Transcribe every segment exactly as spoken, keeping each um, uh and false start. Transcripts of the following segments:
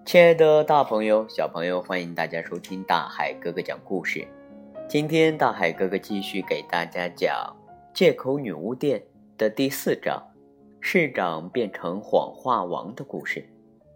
亲爱的大朋友小朋友，欢迎大家收听大海哥哥讲故事。今天大海哥哥继续给大家讲借口女巫店的第四章，市长变成谎话王的故事。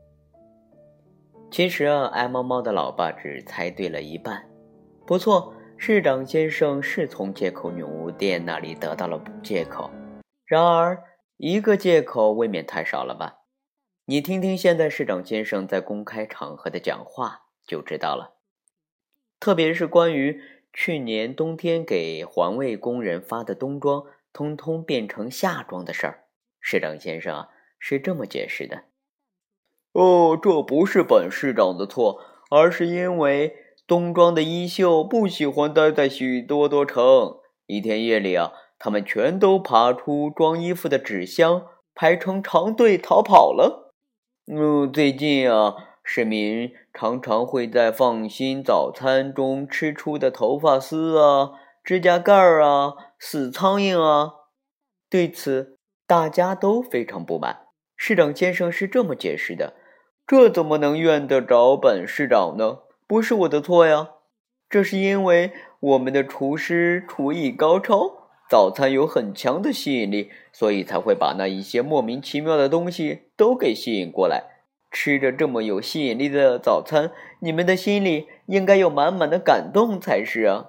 其实啊，爱猫猫的老爸只猜对了一半。不错，市长先生是从借口女巫店那里得到了借口，然而一个借口未免太少了吧。你听听现在市长先生在公开场合的讲话就知道了，特别是关于去年冬天给环卫工人发的冬装通通变成夏装的事儿，市长先生啊是这么解释的：哦，这不是本市长的错，而是因为冬装的衣袖不喜欢待在许多多城，一天夜里啊，他们全都爬出装衣服的纸箱，排成长队逃跑了。嗯，最近啊，市民常常会在放心早餐中吃出的头发丝啊、指甲盖啊、死苍蝇啊。对此，大家都非常不满。市长先生是这么解释的：这怎么能怨得着本市长呢？不是我的错呀，这是因为我们的厨师厨艺高超，早餐有很强的吸引力，所以才会把那一些莫名其妙的东西都给吸引过来。吃着这么有吸引力的早餐，你们的心里应该有满满的感动才是啊。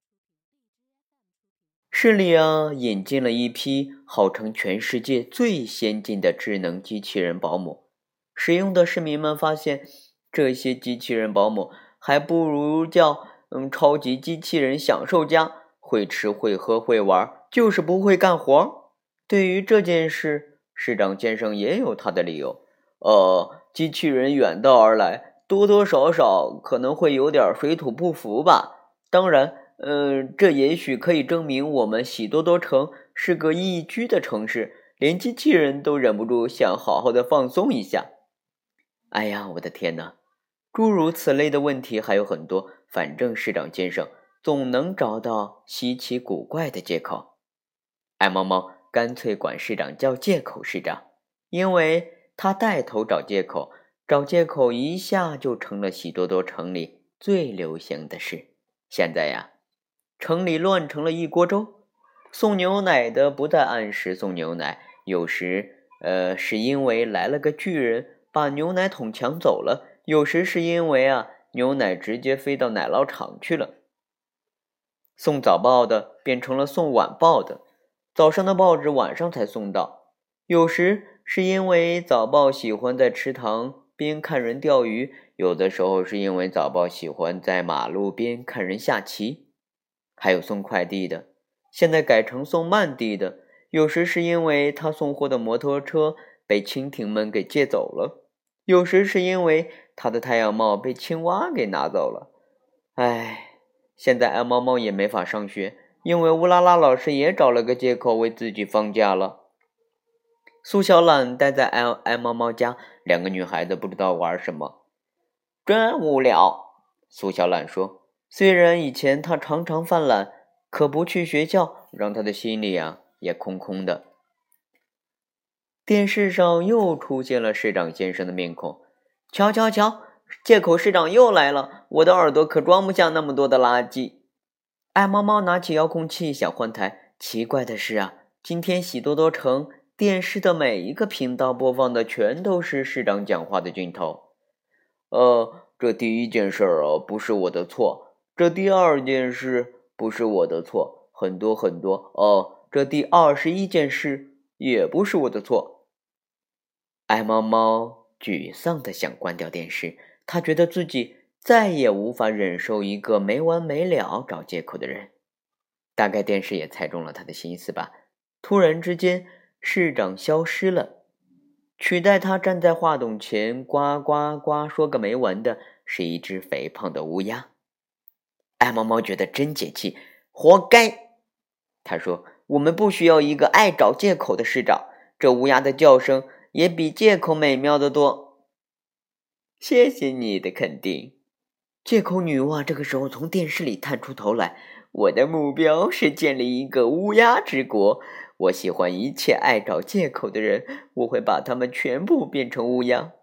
市里啊，引进了一批号称全世界最先进的智能机器人保姆。使用的市民们发现，这些机器人保姆还不如叫嗯超级机器人享受家，会吃会喝会玩，就是不会干活。对于这件事，市长先生也有他的理由。呃，机器人远道而来，多多少少可能会有点水土不服吧。当然，呃，这也许可以证明我们喜多多城是个宜居的城市，连机器人都忍不住想好好的放松一下。哎呀，我的天哪！诸如此类的问题还有很多，反正市长先生总能找到稀奇古怪的借口。爱猫猫干脆管市长叫借口市长，因为他带头找借口，找借口一下就成了喜多多城里最流行的事。现在呀，城里乱成了一锅粥。送牛奶的不再按时送牛奶，有时呃是因为来了个巨人把牛奶桶抢走了，有时是因为啊牛奶直接飞到奶酪厂去了。送早报的变成了送晚报的，早上的报纸晚上才送到，有时是因为早报喜欢在池塘边看人钓鱼，有的时候是因为早报喜欢在马路边看人下棋。还有送快递的，现在改成送慢递的，有时是因为他送货的摩托车被蜻蜓们给借走了，有时是因为他的太阳帽被青蛙给拿走了。唉，现在爱猫猫也没法上学，因为乌拉拉老师也找了个借口为自己放假了。苏小懒待在爱爱猫猫家，两个女孩子不知道玩什么。真无聊，苏小懒说。虽然以前她常常犯懒，可不去学校让她的心里啊也空空的。电视上又出现了市长先生的面孔。瞧瞧瞧，借口市长又来了，我的耳朵可装不下那么多的垃圾。爱猫猫拿起遥控器想换台，奇怪的是啊，今天喜多多城电视的每一个频道播放的全都是市长讲话的镜头。呃，这第一件事啊不是我的错，这第二件事不是我的错，很多很多哦，这第二十一件事也不是我的错。爱猫猫沮丧地想关掉电视，他觉得自己再也无法忍受一个没完没了找借口的人。大概电视也猜中了他的心思吧。突然之间，市长消失了，取代他站在话筒前呱呱呱说个没完的是一只肥胖的乌鸦。爱猫猫觉得真解气，活该。他说，我们不需要一个爱找借口的市长，这乌鸦的叫声也比借口美妙得多。谢谢你的肯定。借口女巫啊，这个时候从电视里探出头来。我的目标是建立一个乌鸦之国，我喜欢一切爱找借口的人，我会把他们全部变成乌鸦。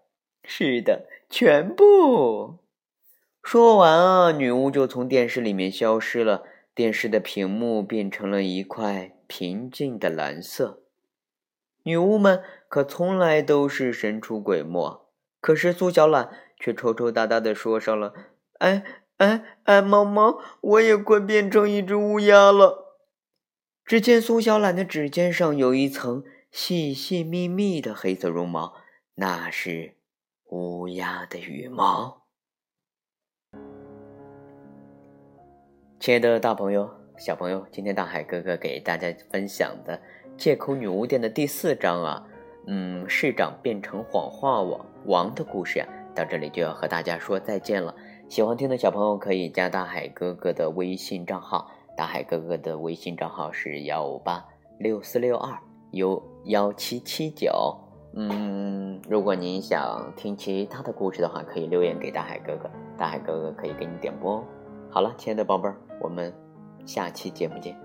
是的，全部。说完啊，女巫就从电视里面消失了，电视的屏幕变成了一块平静的蓝色。女巫们可从来都是神出鬼没，可是苏小懒却抽抽搭搭地说上了：哎哎哎，毛毛，我也快变成一只乌鸦了。只见苏小懒的指尖上有一层细细密密的黑色绒毛，那是乌鸦的羽毛。亲爱的大朋友小朋友，今天大海哥哥给大家分享的借口女巫店的第四章啊，嗯，市长变成谎话王王的故事啊，到这里就要和大家说再见了。喜欢听的小朋友可以加大海哥哥的微信账号，大海哥哥的微信账号是幺五八六四六二幺七七九。嗯，如果您想听其他的故事的话，可以留言给大海哥哥，大海哥哥可以给你点播哦。好了，亲爱的宝贝儿，我们下期节目见。